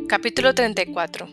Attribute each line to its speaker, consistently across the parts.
Speaker 1: Capítulo 34.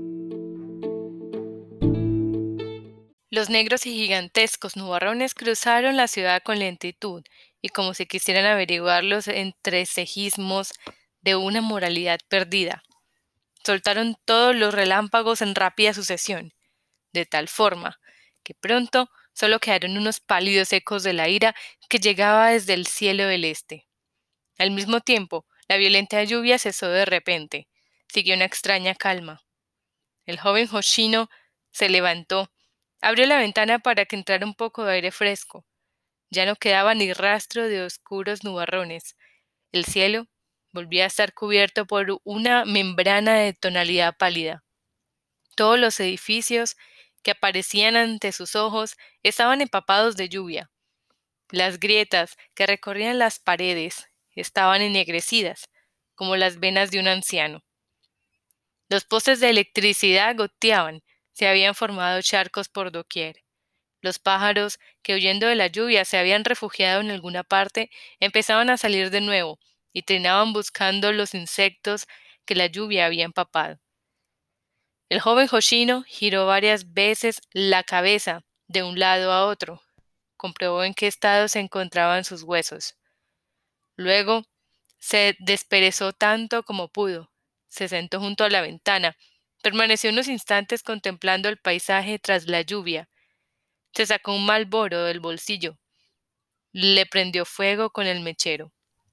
Speaker 1: Los negros y gigantescos nubarrones cruzaron la ciudad con lentitud y como si quisieran averiguar los entresejismos de una moralidad perdida. Soltaron todos los relámpagos en rápida sucesión, de tal forma que pronto solo quedaron unos pálidos ecos de la ira que llegaba desde el cielo del este. Al mismo tiempo, la violenta lluvia cesó de repente. Siguió una extraña calma. El joven Hoshino se levantó, abrió la ventana para que entrara un poco de aire fresco. Ya no quedaba ni rastro de oscuros nubarrones. El cielo volvía a estar cubierto por una membrana de tonalidad pálida. Todos los edificios que aparecían ante sus ojos estaban empapados de lluvia. Las grietas que recorrían las paredes estaban ennegrecidas, como las venas de un anciano. Los postes de electricidad goteaban, se habían formado charcos por doquier. Los pájaros, que huyendo de la lluvia se habían refugiado en alguna parte, empezaban a salir de nuevo y trinaban buscando los insectos que la lluvia había empapado. El joven Hoshino giró varias veces la cabeza de un lado a otro. Comprobó en qué estado se encontraban sus huesos. Luego se desperezó tanto como pudo. Se sentó junto a la ventana. Permaneció unos instantes contemplando el paisaje tras la lluvia. Se sacó un Marlboro del bolsillo. Le prendió fuego con el mechero.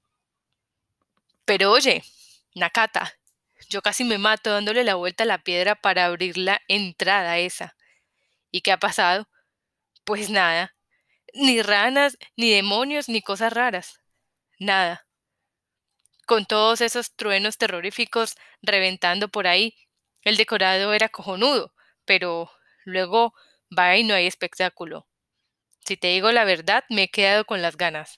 Speaker 1: Pero oye, Nakata, yo casi me mato dándole la vuelta a la piedra para abrir la entrada esa. ¿Y qué ha pasado? Pues nada. Ni ranas, ni demonios, ni cosas raras. Nada. Con todos esos truenos terroríficos reventando por ahí, el decorado era cojonudo, pero luego va y no hay espectáculo. Si te digo la verdad, me he quedado con las ganas.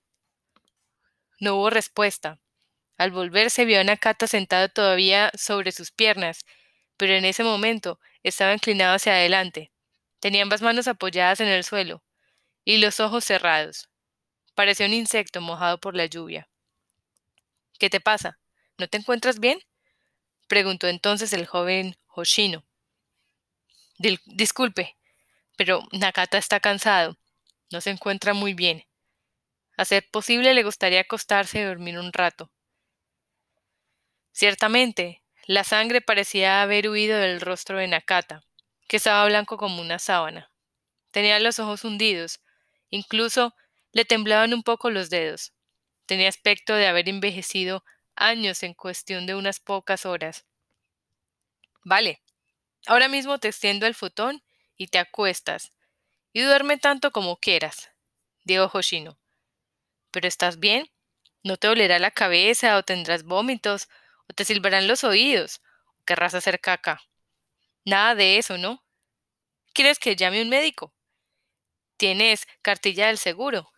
Speaker 1: No hubo respuesta. Al volverse vio a Nakata sentado todavía sobre sus piernas, pero en ese momento estaba inclinado hacia adelante. Tenía ambas manos apoyadas en el suelo y los ojos cerrados. Parecía un insecto mojado por la lluvia. ¿Qué te pasa? ¿No te encuentras bien? Preguntó entonces el joven Hoshino. Disculpe, pero Nakata está cansado. No se encuentra muy bien. A ser posible le gustaría acostarse y dormir un rato. Ciertamente, la sangre parecía haber huido del rostro de Nakata, que estaba blanco como una sábana. Tenía los ojos hundidos, incluso le temblaban un poco los dedos. Tenía aspecto de haber envejecido años en cuestión de unas pocas horas. Vale, ahora mismo te extiendo el futón y te acuestas, y duerme tanto como quieras, dijo Hoshino. ¿Pero estás bien? ¿No te dolerá la cabeza o tendrás vómitos o te silbarán los oídos o querrás hacer caca? Nada de eso, ¿no? ¿Quieres que llame a un médico? ¿Tienes cartilla del seguro?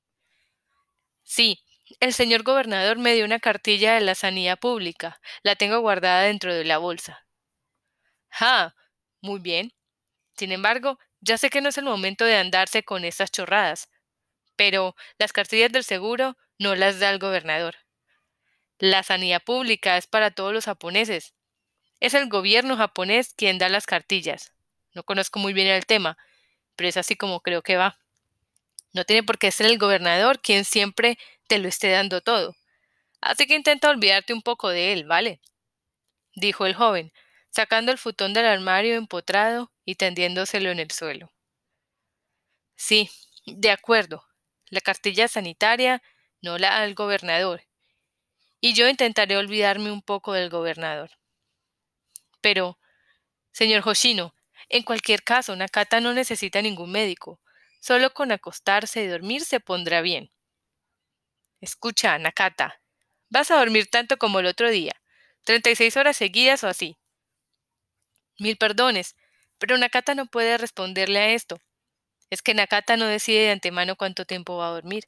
Speaker 1: Sí, el señor gobernador me dio una cartilla de la sanidad pública. La tengo guardada dentro de la bolsa. Ah, muy bien. Sin embargo, ya sé que no es el momento de andarse con estas chorradas, pero las cartillas del seguro no las da el gobernador. La sanidad pública es para todos los japoneses. Es el gobierno japonés quien da las cartillas. No conozco muy bien el tema, pero es así como creo que va. No tiene por qué ser el gobernador quien siempre te lo esté dando todo. Así que intenta olvidarte un poco de él, ¿vale? Dijo el joven, sacando el futón del armario empotrado y tendiéndoselo en el suelo. Sí, de acuerdo. La cartilla sanitaria no la da el gobernador. Y yo intentaré olvidarme un poco del gobernador. Pero, señor Hoshino, en cualquier caso, Nakata no necesita ningún médico. Solo con acostarse y dormir se pondrá bien. Escucha, Nakata, vas a dormir tanto como el otro día, 36 horas seguidas o así. Mil perdones, pero Nakata no puede responderle a esto. Es que Nakata no decide de antemano cuánto tiempo va a dormir.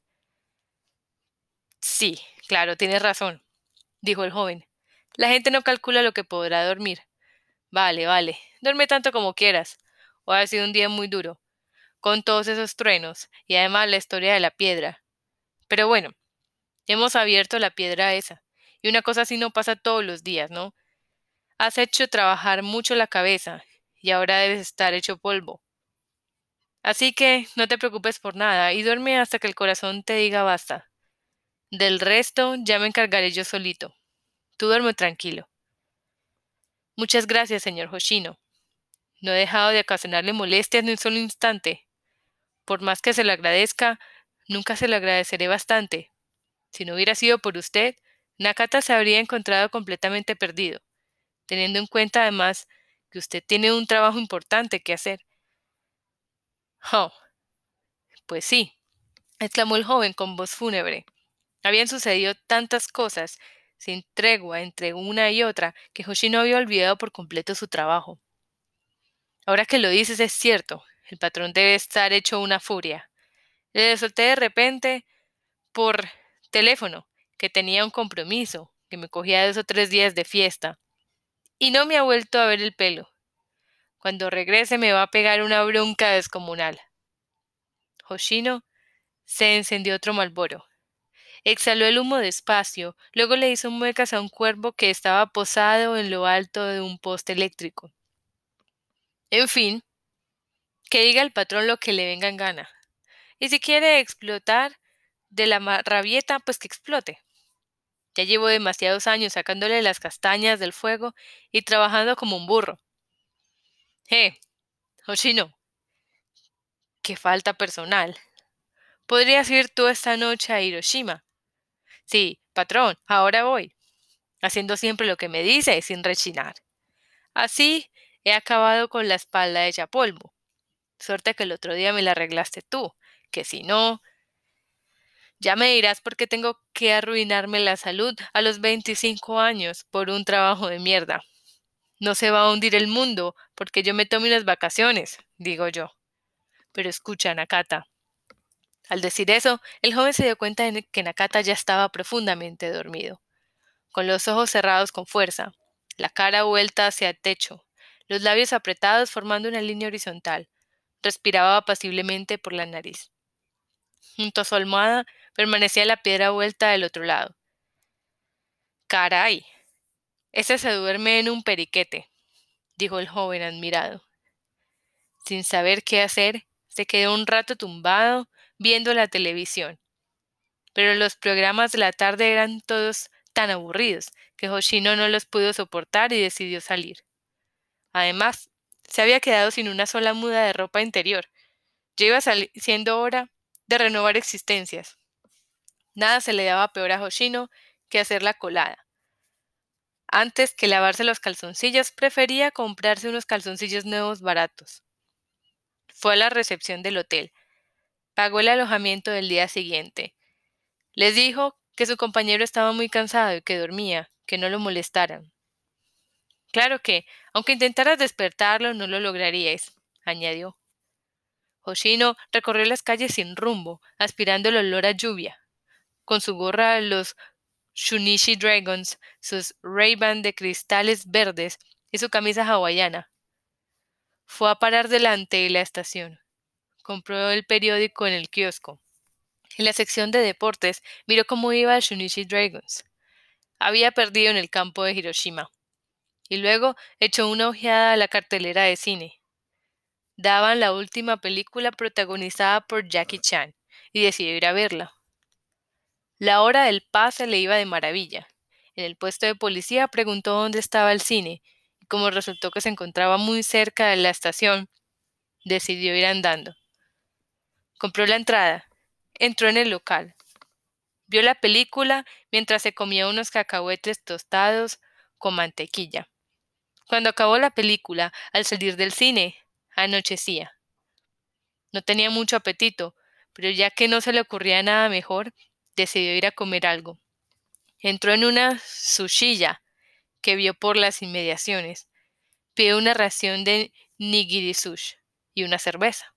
Speaker 1: Sí, claro, tienes razón, dijo el joven. La gente no calcula lo que podrá dormir. Vale, vale, duerme tanto como quieras. Hoy ha sido un día muy duro, con todos esos truenos, y además la historia de la piedra. Pero bueno, hemos abierto la piedra esa, y una cosa así no pasa todos los días, ¿no? Has hecho trabajar mucho la cabeza, y ahora debes estar hecho polvo. Así que no te preocupes por nada, y duerme hasta que el corazón te diga basta. Del resto ya me encargaré yo solito. Tú duerme tranquilo. Muchas gracias, señor Hoshino. No he dejado de ocasionarle molestias ni un solo instante. Por más que se lo agradezca, nunca se lo agradeceré bastante. Si no hubiera sido por usted, Nakata se habría encontrado completamente perdido, teniendo en cuenta además que usted tiene un trabajo importante que hacer. Oh, pues sí, exclamó el joven con voz fúnebre. Habían sucedido tantas cosas, sin tregua entre una y otra, que Hoshino había olvidado por completo su trabajo. Ahora que lo dices es cierto, el patrón debe estar hecho una furia. Le solté de repente por teléfono que tenía un compromiso, que me cogía 2 o 3 días de fiesta, y no me ha vuelto a ver el pelo. Cuando regrese me va a pegar una bronca descomunal. Hoshino se encendió otro Malboro. Exhaló el humo despacio, luego le hizo muecas a un cuervo que estaba posado en lo alto de un poste eléctrico. En fin, que diga el patrón lo que le venga en gana. Y si quiere explotar de la rabieta, pues que explote. Ya llevo demasiados años sacándole las castañas del fuego y trabajando como un burro. Hoshino, que falta personal. ¿Podrías ir tú esta noche a Hiroshima? Sí, patrón, ahora voy, haciendo siempre lo que me dice y sin rechinar. Así he acabado con la espalda hecha polvo. Suerte que el otro día me la arreglaste tú, que si no, ya me dirás por qué tengo que arruinarme la salud a los 25 años por un trabajo de mierda. No se va a hundir el mundo porque yo me tome unas vacaciones, digo yo. Pero escucha, Nakata. Al decir eso, el joven se dio cuenta de que Nakata ya estaba profundamente dormido, con los ojos cerrados con fuerza, la cara vuelta hacia el techo, los labios apretados formando una línea horizontal. Respiraba apaciblemente por la nariz. Junto a su almohada permanecía la piedra vuelta del otro lado. Caray, ese se duerme en un periquete, dijo el joven admirado. Sin saber qué hacer, se quedó un rato tumbado viendo la televisión. Pero los programas de la tarde eran todos tan aburridos que Hoshino no los pudo soportar y decidió salir. Además, se había quedado sin una sola muda de ropa interior. Ya iba siendo hora de renovar existencias. Nada se le daba peor a Hoshino que hacer la colada. Antes que lavarse los calzoncillos, prefería comprarse unos calzoncillos nuevos baratos. Fue a la recepción del hotel. Pagó el alojamiento del día siguiente. Les dijo que su compañero estaba muy cansado y que dormía, que no lo molestaran. Claro que, aunque intentaras despertarlo, no lo lograríais, añadió. Hoshino recorrió las calles sin rumbo, aspirando el olor a lluvia. Con su gorra de los Shunichi Dragons, sus Ray-Ban de cristales verdes y su camisa hawaiana. Fue a parar delante de la estación. Compró el periódico en el kiosco. En la sección de deportes miró cómo iba el Shunichi Dragons. Había perdido en el campo de Hiroshima. Y luego echó una ojeada a la cartelera de cine. Daban la última película protagonizada por Jackie Chan y decidió ir a verla. La hora del pase le iba de maravilla. En el puesto de policía preguntó dónde estaba el cine y como resultó que se encontraba muy cerca de la estación, decidió ir andando. Compró la entrada, entró en el local, vio la película mientras se comía unos cacahuetes tostados con mantequilla. Cuando acabó la película, al salir del cine, anochecía. No tenía mucho apetito, pero ya que no se le ocurría nada mejor, decidió ir a comer algo. Entró en una sushiya que vio por las inmediaciones. Pidió una ración de nigiri sushi y una cerveza.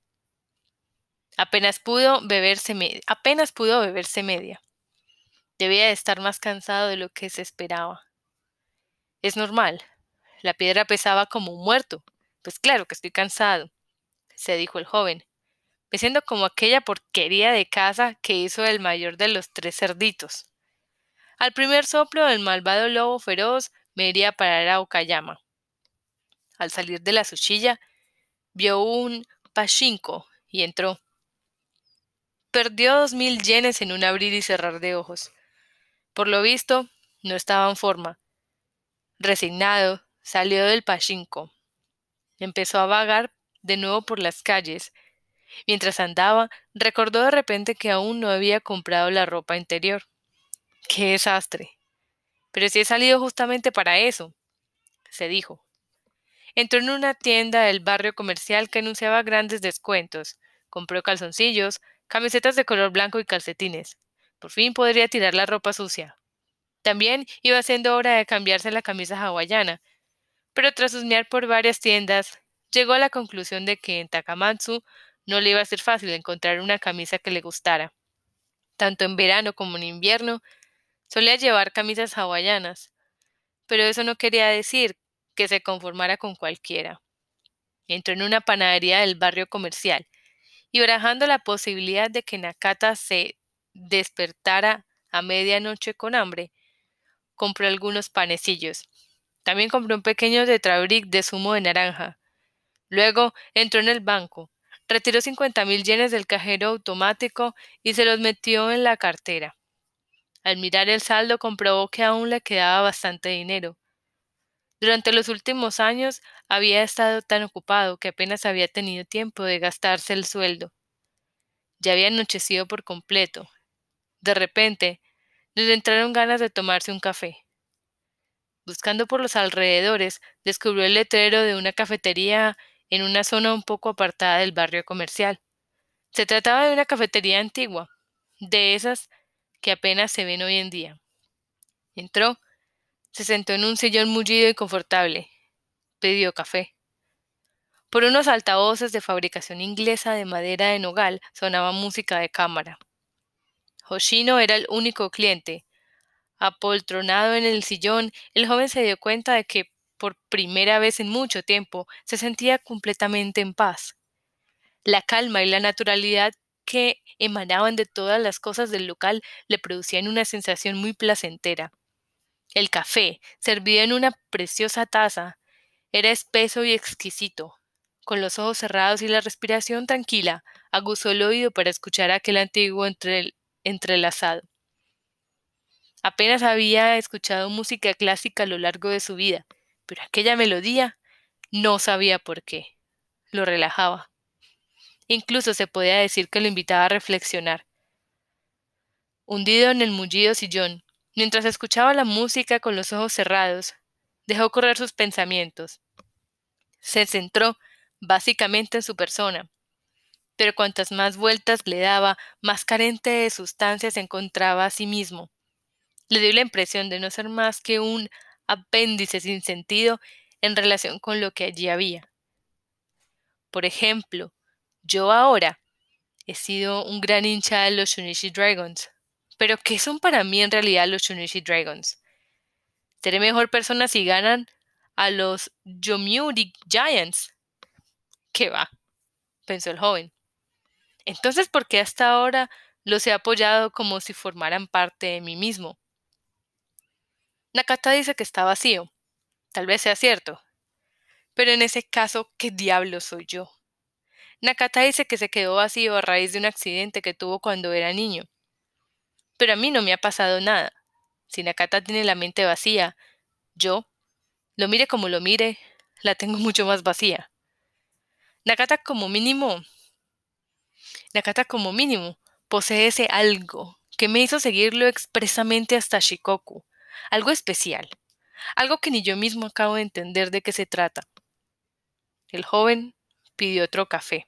Speaker 1: Apenas pudo beberse media. Debía de estar más cansado de lo que se esperaba. Es normal. La piedra pesaba como un muerto. Pues claro que estoy cansado, se dijo el joven, me siento como aquella porquería de casa que hizo el mayor de los 3 cerditos. Al primer soplo del malvado lobo feroz me iría a parar a Okayama. Al salir de la Tsuchiya, vio un pachinko y entró. Perdió 2000 yenes en un abrir y cerrar de ojos. Por lo visto, no estaba en forma. Resignado, salió del pachinko. Empezó a vagar de nuevo por las calles. Mientras andaba, recordó de repente que aún no había comprado la ropa interior. ¡Qué desastre! Pero si he salido justamente para eso, se dijo. Entró en una tienda del barrio comercial que anunciaba grandes descuentos. Compró calzoncillos, camisetas de color blanco y calcetines. Por fin podría tirar la ropa sucia. También iba siendo hora de cambiarse la camisa hawaiana, pero tras husmear por varias tiendas, llegó a la conclusión de que en Takamatsu no le iba a ser fácil encontrar una camisa que le gustara. Tanto en verano como en invierno, solía llevar camisas hawaianas, pero eso no quería decir que se conformara con cualquiera. Entró en una panadería del barrio comercial y barajando la posibilidad de que Nakata se despertara a medianoche con hambre, compró algunos panecillos. También compró un pequeño tetrabric de zumo de naranja. Luego entró en el banco, retiró 50.000 yenes del cajero automático y se los metió en la cartera. Al mirar el saldo comprobó que aún le quedaba bastante dinero. Durante los últimos años había estado tan ocupado que apenas había tenido tiempo de gastarse el sueldo. Ya había anochecido por completo. De repente, le entraron ganas de tomarse un café. Buscando por los alrededores, descubrió el letrero de una cafetería en una zona un poco apartada del barrio comercial. Se trataba de una cafetería antigua, de esas que apenas se ven hoy en día. Entró, se sentó en un sillón mullido y confortable. Pidió café. Por unos altavoces de fabricación inglesa de madera de nogal sonaba música de cámara. Hoshino era el único cliente. Apoltronado en el sillón, el joven se dio cuenta de que, por primera vez en mucho tiempo, se sentía completamente en paz. La calma y la naturalidad que emanaban de todas las cosas del local le producían una sensación muy placentera. El café, servido en una preciosa taza, era espeso y exquisito. Con los ojos cerrados y la respiración tranquila, aguzó el oído para escuchar aquel antiguo entrelazado. Apenas había escuchado música clásica a lo largo de su vida, pero aquella melodía no sabía por qué. Lo relajaba. Incluso se podía decir que lo invitaba a reflexionar. Hundido en el mullido sillón, mientras escuchaba la música con los ojos cerrados, dejó correr sus pensamientos. Se centró básicamente en su persona, pero cuantas más vueltas le daba, más carente de sustancia se encontraba a sí mismo. Le dio la impresión de no ser más que un apéndice sin sentido en relación con lo que allí había. Por ejemplo, yo ahora he sido un gran hincha de los Shunichi Dragons. Pero ¿qué son para mí en realidad los Shunichi Dragons? ¿Seré mejor persona si ganan a los Yomiuri Giants? ¿Qué va? Pensó el joven. Entonces, ¿por qué hasta ahora los he apoyado como si formaran parte de mí mismo? Nakata dice que está vacío. Tal vez sea cierto. Pero en ese caso, ¿qué diablo soy yo? Nakata dice que se quedó vacío a raíz de un accidente que tuvo cuando era niño. Pero a mí no me ha pasado nada. Si Nakata tiene la mente vacía, yo, lo mire como lo mire, la tengo mucho más vacía. Nakata como mínimo, Nakata como mínimo, posee ese algo que me hizo seguirlo expresamente hasta Shikoku. Algo especial. Algo que ni yo mismo acabo de entender de qué se trata. El joven pidió otro café.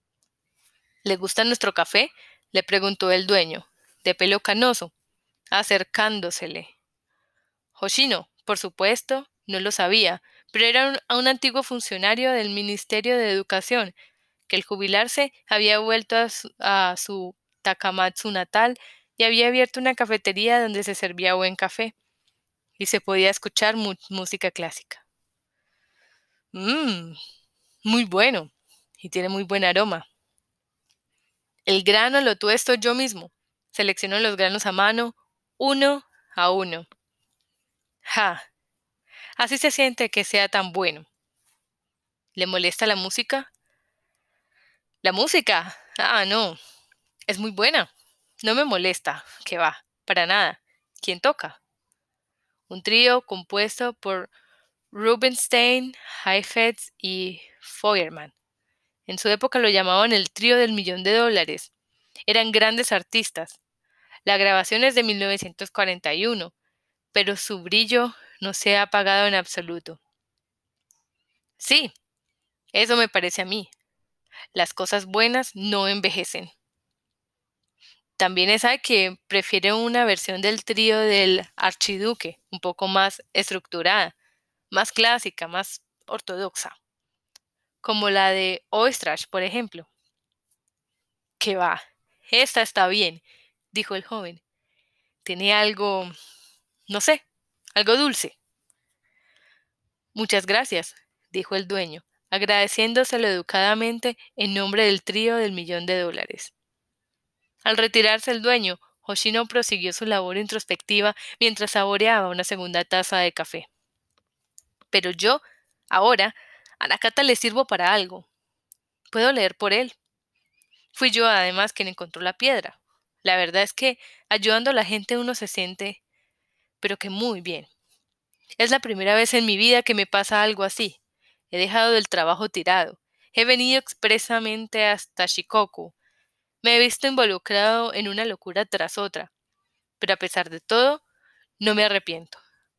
Speaker 1: ¿Le gusta nuestro café? Le preguntó el dueño, de pelo canoso, acercándosele. Hoshino, por supuesto, no lo sabía, pero era un antiguo funcionario del Ministerio de Educación, que al jubilarse había vuelto a su Takamatsu natal y había abierto una cafetería donde se servía buen café y se podía escuchar música clásica. Mmm, muy bueno, y tiene muy buen aroma. El grano lo tuesto yo mismo. Selecciono los granos a mano, uno a uno. ¡Ja! Así se siente que sea tan bueno. ¿Le molesta la música? ¿La música? Ah, no, es muy buena. No me molesta, que va, para nada. ¿Quién toca? Un trío compuesto por Rubinstein, Heifetz y Feuermann. En su época lo llamaban el trío del millón de dólares. Eran grandes artistas. La grabación es de 1941, pero su brillo no se ha apagado en absoluto. Sí, eso me parece a mí. Las cosas buenas no envejecen. También es hay que prefiere una versión del trío del archiduque, un poco más estructurada, más clásica, más ortodoxa, como la de Oestrach, por ejemplo. Que va, esta está bien, dijo el joven. Tiene algo, no sé, algo dulce. Muchas gracias, dijo el dueño, agradeciéndoselo educadamente en nombre del trío del millón de dólares. Al retirarse el dueño, Hoshino prosiguió su labor introspectiva mientras saboreaba una segunda taza de café. Pero yo, ahora, a Nakata le sirvo para algo. Puedo leer por él. Fui yo, además, quien encontró la piedra. La verdad es que, ayudando a la gente uno se siente, pero que muy bien. Es la primera vez en mi vida que me pasa algo así. He dejado el trabajo tirado. He venido expresamente hasta Shikoku. Me he visto involucrado en una locura tras otra. Pero a pesar de todo, no me arrepiento.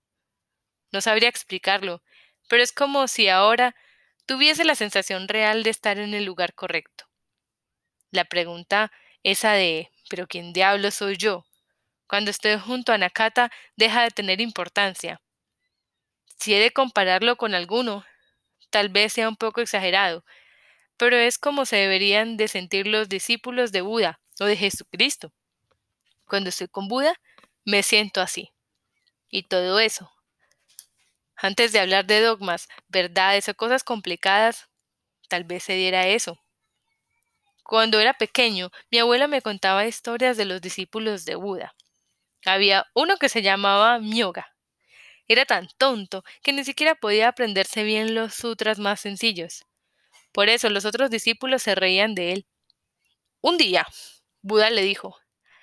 Speaker 1: No sabría explicarlo, pero es como si ahora tuviese la sensación real de estar en el lugar correcto. La pregunta esa de ¿pero quién diablos soy yo? Cuando estoy junto a Nakata deja de tener importancia. Si he de compararlo con alguno, tal vez sea un poco exagerado, pero es como se deberían de sentir los discípulos de Buda o de Jesucristo. Cuando estoy con Buda, me siento así. Y todo eso. Antes de hablar de dogmas, verdades o cosas complicadas, tal vez se diera eso. Cuando era pequeño, mi abuela me contaba historias de los discípulos de Buda. Había uno que se llamaba Myoga. Era tan tonto que ni siquiera podía aprenderse bien los sutras más sencillos. Por eso los otros discípulos se reían de él. Un día, Buda le dijo,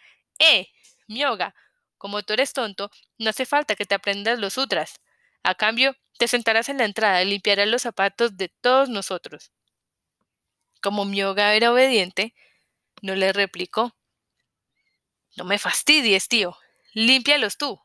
Speaker 1: Myoga, como tú eres tonto, no hace falta que te aprendas los sutras. A cambio, te sentarás en la entrada y limpiarás los zapatos de todos nosotros. Como Myoga era obediente, no le replicó. No me fastidies, tío. Límpialos tú.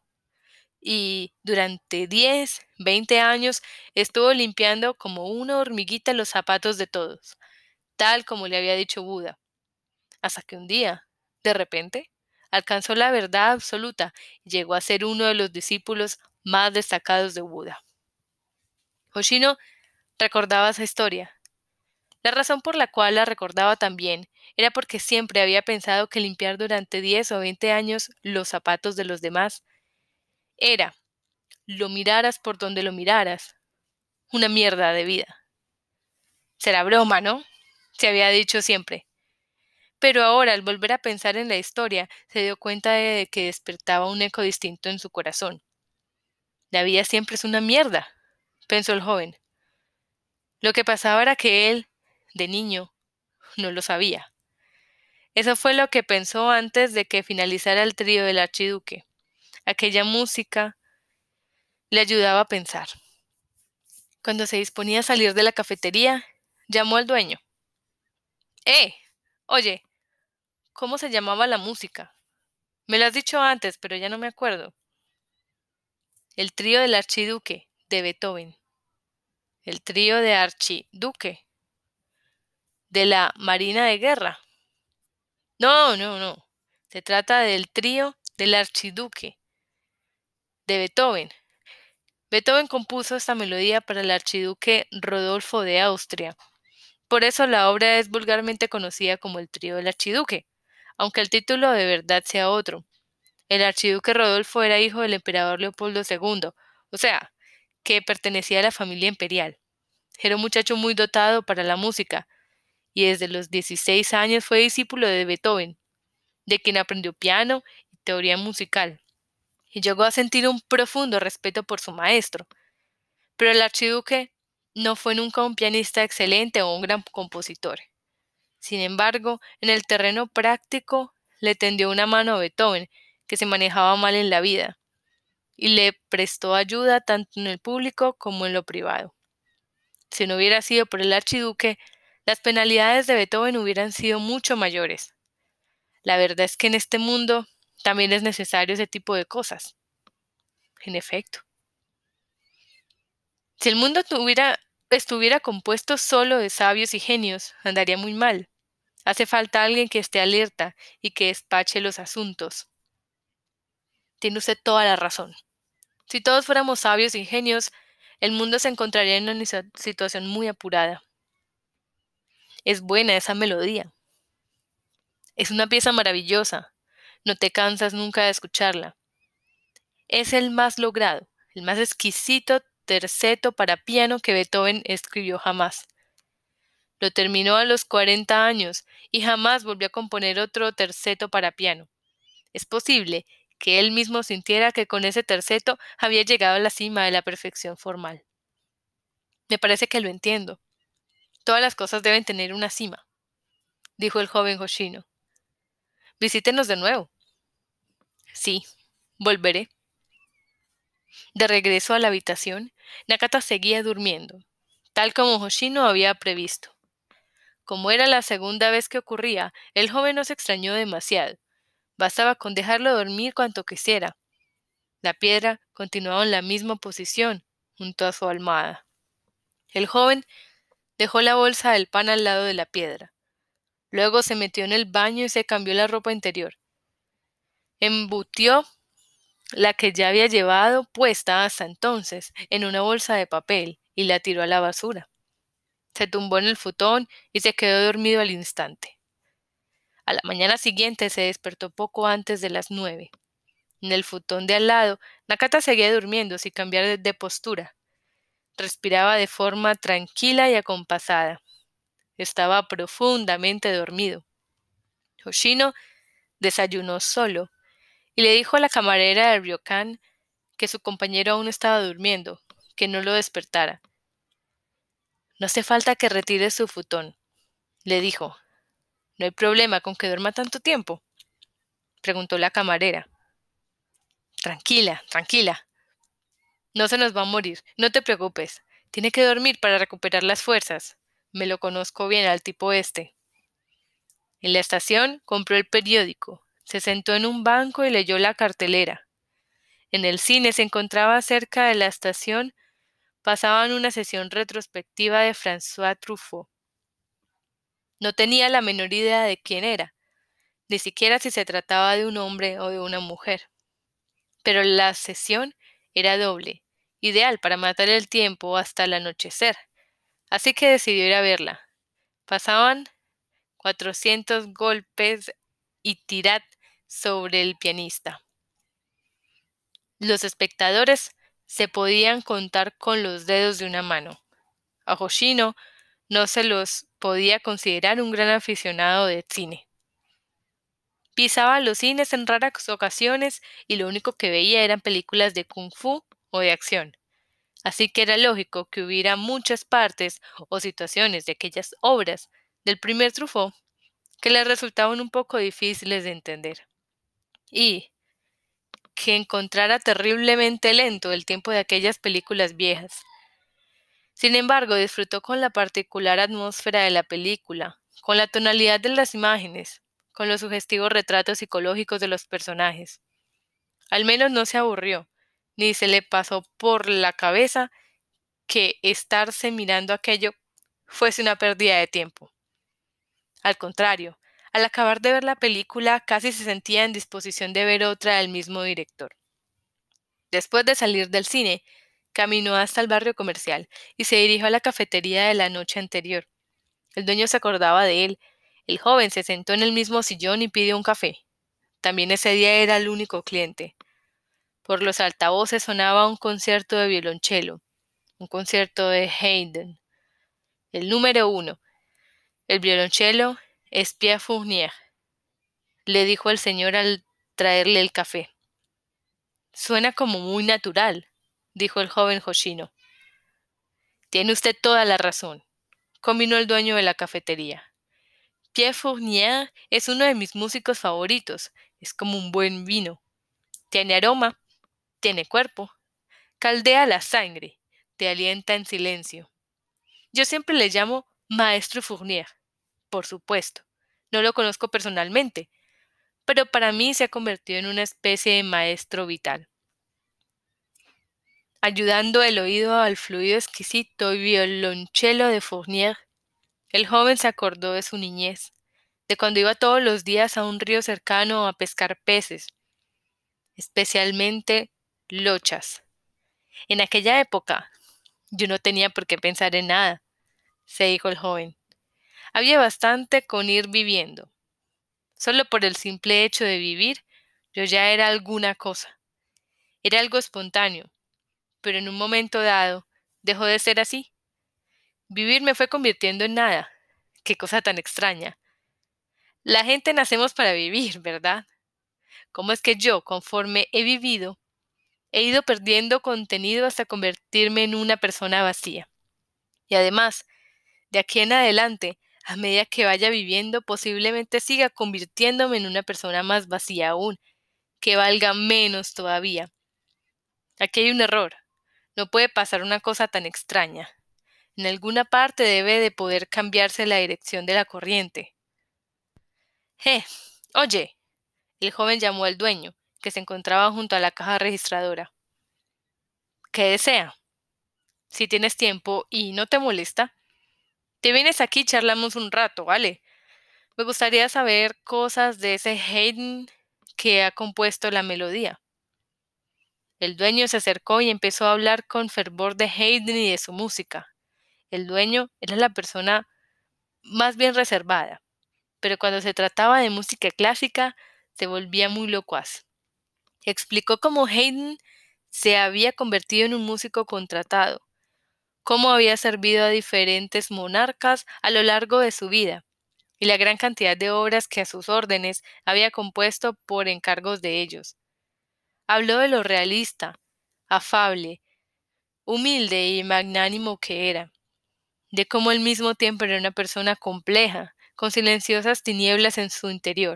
Speaker 1: Y durante 10, 20 años estuvo limpiando como una hormiguita los zapatos de todos, tal como le había dicho Buda, hasta que un día, de repente, alcanzó la verdad absoluta y llegó a ser uno de los discípulos más destacados de Buda. Hoshino recordaba esa historia. La razón por la cual la recordaba también era porque siempre había pensado que limpiar durante 10 o 20 años los zapatos de los demás era, lo miraras por donde lo miraras, una mierda de vida. Será broma, ¿no? Se había dicho siempre. Pero ahora, al volver a pensar en la historia, se dio cuenta de que despertaba un eco distinto en su corazón. La vida siempre es una mierda, pensó el joven. Lo que pasaba era que él, de niño, no lo sabía. Eso fue lo que pensó antes de que finalizara el trío del archiduque. Aquella música le ayudaba a pensar. Cuando se disponía a salir de la cafetería, llamó al dueño. ¡Eh! Oye, ¿cómo se llamaba la música? Me lo has dicho antes, pero ya no me acuerdo. El trío del archiduque, de Beethoven. El trío de archiduque, de la Marina de Guerra. No, no, no. Se trata del trío del archiduque, de Beethoven. Beethoven compuso esta melodía para el archiduque Rodolfo de Austria. Por eso la obra es vulgarmente conocida como el trío del archiduque, aunque el título de verdad sea otro. El archiduque Rodolfo era hijo del emperador Leopoldo II, o sea, que pertenecía a la familia imperial. Era un muchacho muy dotado para la música, y desde los 16 años fue discípulo de Beethoven, de quien aprendió piano y teoría musical, y llegó a sentir un profundo respeto por su maestro. Pero el archiduque no fue nunca un pianista excelente o un gran compositor. Sin embargo, en el terreno práctico le tendió una mano a Beethoven, que se manejaba mal en la vida, y le prestó ayuda tanto en el público como en lo privado. Si no hubiera sido por el archiduque, las penalidades de Beethoven hubieran sido mucho mayores. La verdad es que en este mundo también es necesario ese tipo de cosas. En efecto, si el mundo estuviera compuesto solo de sabios y genios, andaría muy mal. Hace falta alguien que esté alerta y que despache los asuntos. Tiene usted toda la razón. Si todos fuéramos sabios y genios, el mundo se encontraría en una situación muy apurada. Es buena esa melodía. Es una pieza maravillosa. No te cansas nunca de escucharla. Es el más logrado, el más exquisito terceto para piano que Beethoven escribió jamás. Lo terminó a los 40 años y jamás volvió a componer otro terceto para piano. Es posible que él mismo sintiera que con ese terceto había llegado a la cima de la perfección formal. Me parece que lo entiendo. Todas las cosas deben tener una cima, dijo el joven Hoshino. Visítenos de nuevo. Sí, volveré. De regreso a la habitación, Nakata seguía durmiendo, tal como Hoshino había previsto. Como era la segunda vez que ocurría, el joven no se extrañó demasiado. Bastaba con dejarlo dormir cuanto quisiera. La piedra continuaba en la misma posición, junto a su almohada. El joven dejó la bolsa del pan al lado de la piedra. Luego se metió en el baño y se cambió la ropa interior. Embutió la que ya había llevado puesta hasta entonces en una bolsa de papel y la tiró a la basura. Se tumbó en el futón y se quedó dormido al instante. A la mañana siguiente se despertó poco antes de las 9. En el futón de al lado, Nakata seguía durmiendo sin cambiar de postura. Respiraba de forma tranquila y acompasada. Estaba profundamente dormido. Hoshino desayunó solo y le dijo a la camarera del ryokan que su compañero aún estaba durmiendo, que no lo despertara. No hace falta que retire su futón, le dijo. ¿No hay problema con que duerma tanto tiempo?, preguntó la camarera. Tranquila, tranquila. No se nos va a morir, no te preocupes. Tiene que dormir para recuperar las fuerzas. Me lo conozco bien al tipo este. En la estación compró el periódico, se sentó en un banco y leyó la cartelera. En el cine se encontraba cerca de la estación, pasaban una sesión retrospectiva de François Truffaut. No tenía la menor idea de quién era, ni siquiera si se trataba de un hombre o de una mujer. Pero la sesión era doble, ideal para matar el tiempo hasta el anochecer, así que decidió ir a verla. Pasaban 400 golpes y tirad sobre el pianista. Los espectadores se podían contar con los dedos de una mano. A Hoshino no se los podía considerar un gran aficionado de cine. Pisaba los cines en raras ocasiones y lo único que veía eran películas de kung fu o de acción. Así que era lógico que hubiera muchas partes o situaciones de aquellas obras del primer Truffaut que le resultaban un poco difíciles de entender. Y que encontrara terriblemente lento el tiempo de aquellas películas viejas. Sin embargo, disfrutó con la particular atmósfera de la película, con la tonalidad de las imágenes, con los sugestivos retratos psicológicos de los personajes. Al menos no se aburrió, ni se le pasó por la cabeza que estarse mirando aquello fuese una pérdida de tiempo. Al contrario, al acabar de ver la película casi se sentía en disposición de ver otra del mismo director. Después de salir del cine, caminó hasta el barrio comercial y se dirigió a la cafetería de la noche anterior. El dueño se acordaba de él. El joven se sentó en el mismo sillón y pidió un café. También ese día era el único cliente. Por los altavoces sonaba un concierto de violonchelo, un concierto de Haydn. El número 1, el violonchelo es Pierre Fournier, le dijo el señor al traerle el café. Suena como muy natural, dijo el joven Hoshino. Tiene usted toda la razón, combinó el dueño de la cafetería. Pierre Fournier es uno de mis músicos favoritos. Es como un buen vino. Tiene aroma, tiene cuerpo, caldea la sangre, te alienta en silencio. Yo siempre le llamo Maestro Fournier, por supuesto. No lo conozco personalmente, pero para mí se ha convertido en una especie de maestro vital, ayudando el oído al fluido exquisito y violonchelo de Fournier. El joven se acordó de su niñez, de cuando iba todos los días a un río cercano a pescar peces, especialmente lochas. En aquella época, yo no tenía por qué pensar en nada, se dijo el joven. Había bastante con ir viviendo. Solo por el simple hecho de vivir, yo ya era alguna cosa. Era algo espontáneo, pero en un momento dado dejó de ser así. Vivir me fue convirtiendo en nada. Qué cosa tan extraña. La gente nacemos para vivir, ¿verdad? ¿Cómo es que yo, conforme he vivido, he ido perdiendo contenido hasta convertirme en una persona vacía? Y además, de aquí en adelante, a medida que vaya viviendo, posiblemente siga convirtiéndome en una persona más vacía aún, que valga menos todavía. Aquí hay un error. No puede pasar una cosa tan extraña. En alguna parte debe de poder cambiarse la dirección de la corriente. Oye, el joven llamó al dueño, que se encontraba junto a la caja registradora. ¿Qué desea? Si tienes tiempo y no te molesta, te vienes aquí y charlamos un rato, ¿vale? Me gustaría saber cosas de ese Haydn que ha compuesto la melodía. El dueño se acercó y empezó a hablar con fervor de Haydn y de su música. El dueño era la persona más bien reservada, pero cuando se trataba de música clásica se volvía muy locuaz. Explicó cómo Haydn se había convertido en un músico contratado, cómo había servido a diferentes monarcas a lo largo de su vida, y la gran cantidad de obras que a sus órdenes había compuesto por encargos de ellos. Habló de lo realista, afable, humilde y magnánimo que era, de cómo al mismo tiempo era una persona compleja, con silenciosas tinieblas en su interior.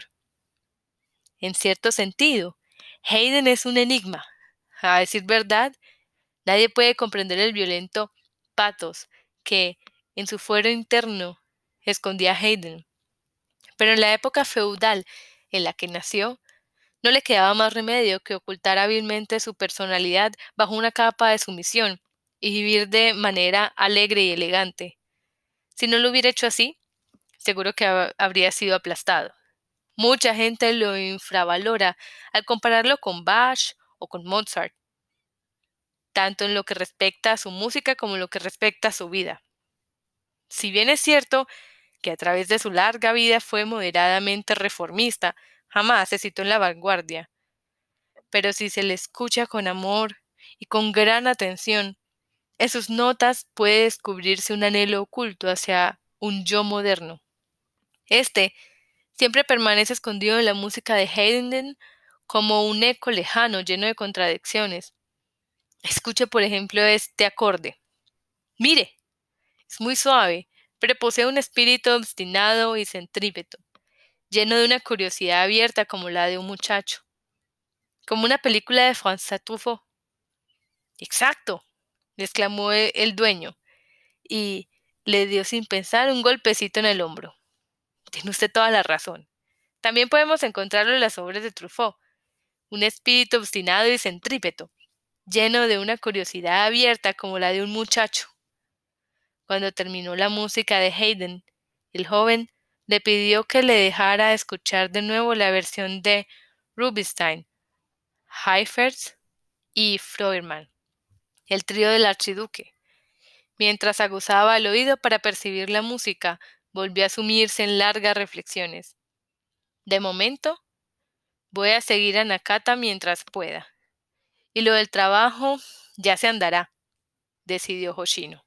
Speaker 1: En cierto sentido, Haydn es un enigma. A decir verdad, nadie puede comprender el violento pathos que, en su fuero interno, escondía Haydn. Pero en la época feudal en la que nació, no le quedaba más remedio que ocultar hábilmente su personalidad bajo una capa de sumisión y vivir de manera alegre y elegante. Si no lo hubiera hecho así, seguro que habría sido aplastado. Mucha gente lo infravalora al compararlo con Bach o con Mozart, tanto en lo que respecta a su música como en lo que respecta a su vida. Si bien es cierto que a través de su larga vida fue moderadamente reformista, jamás se citó en la vanguardia. Pero si se le escucha con amor y con gran atención, en sus notas puede descubrirse un anhelo oculto hacia un yo moderno. Este siempre permanece escondido en la música de Haydn como un eco lejano lleno de contradicciones. Escuche, por ejemplo, este acorde. Mire, es muy suave, pero posee un espíritu obstinado y centrípeto, lleno de una curiosidad abierta como la de un muchacho, como una película de François Truffaut. Exacto, exclamó el dueño, y le dio sin pensar un golpecito en el hombro. Tiene usted toda la razón. También podemos encontrarlo en las obras de Truffaut, un espíritu obstinado y centrípeto, lleno de una curiosidad abierta como la de un muchacho. Cuando terminó la música de Haydn, el joven le pidió que le dejara escuchar de nuevo la versión de Rubinstein, Heifetz y Feuermann, el trío del archiduque. Mientras aguzaba el oído para percibir la música, volvió a sumirse en largas reflexiones. De momento, voy a seguir a Nakata mientras pueda. Y lo del trabajo ya se andará, decidió Hoshino.